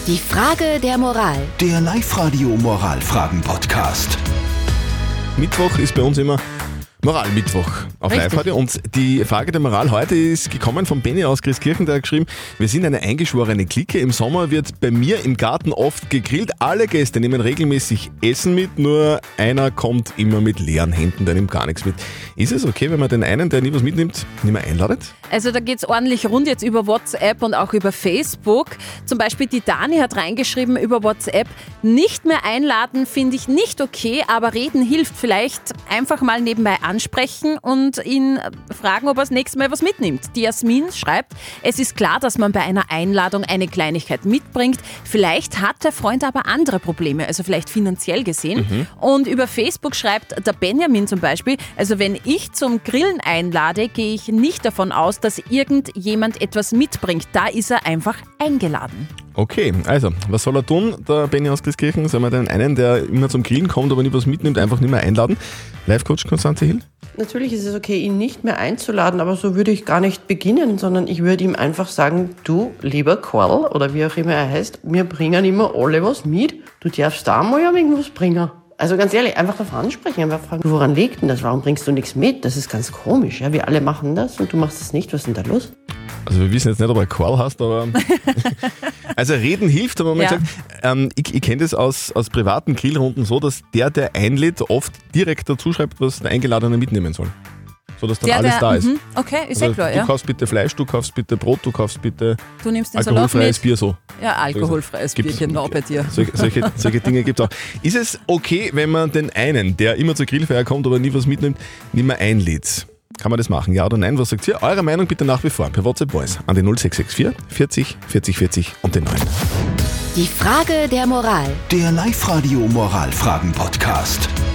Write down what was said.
Die Frage der Moral. Der Live-Radio-Moralfragen-Podcast. Mittwoch ist bei uns immer Moralmittwoch auf Live-Radio. Und die Frage der Moral heute ist gekommen von Benny aus Christkirchen, der hat geschrieben: Wir sind eine eingeschworene Clique. Im Sommer wird bei mir im Garten oft gegrillt. Alle Gäste nehmen regelmäßig Essen mit, nur einer kommt immer mit leeren Händen, der nimmt gar nichts mit. Ist es okay, wenn man den einen, der nie was mitnimmt, nicht mehr einladet? Also da geht's ordentlich rund jetzt über WhatsApp und auch über Facebook. Zum Beispiel die Dani hat reingeschrieben über WhatsApp: Nicht mehr einladen finde ich nicht okay, aber reden hilft. Vielleicht einfach mal nebenbei ansprechen und ihn fragen, ob er das nächste Mal was mitnimmt. Die Jasmin schreibt: Es ist klar, dass man bei einer Einladung eine Kleinigkeit mitbringt. Vielleicht hat der Freund aber andere Probleme, also vielleicht finanziell gesehen. Und über Facebook schreibt der Benjamin zum Beispiel: Also wenn ich zum Grillen einlade, gehe ich nicht davon aus, dass irgendjemand etwas mitbringt. Da ist er einfach eingeladen. Okay, also, was soll er tun, der Benny aus Christkirchen? Soll man den einen, der immer zum Grillen kommt, aber nie was mitnimmt, einfach nicht mehr einladen? Live-Coach Konstanze Hill? Natürlich ist es okay, ihn nicht mehr einzuladen, aber so würde ich gar nicht beginnen, sondern ich würde ihm einfach sagen: Du, lieber Karl, oder wie auch immer er heißt, wir bringen immer alle was mit. Du darfst da mal irgendwas bringen. Also ganz ehrlich, einfach darauf ansprechen, einfach fragen: Woran liegt denn das? Warum bringst du nichts mit? Das ist ganz komisch. Ja? Wir alle machen das und du machst es nicht. Was ist denn da los? Also wir wissen jetzt nicht, ob er Karl heißt, aber also reden hilft, aber man gesagt, ich kenne das aus privaten Grillrunden so, dass der einlädt, oft direkt dazu schreibt, was der Eingeladene mitnehmen soll. So dass dann alles da ist. Okay, ist Also, klar, du ja. kaufst bitte Fleisch, du kaufst bitte Brot, du kaufst bitte Du nimmst den Salat alkoholfreies mit. Bier, so. Ja, alkoholfreies Bier, genau bei dir. Solche Dinge gibt es auch. Ist es okay, wenn man den einen, der immer zur Grillfeier kommt, aber nie was mitnimmt, nicht mehr einlädt? Kann man das machen, ja oder nein? Was sagt ihr? Eure Meinung bitte nach wie vor per WhatsApp Voice an die 0664 40 40 40 und den 9. Die Frage der Moral. Der Live-Radio-Moralfragen-Podcast.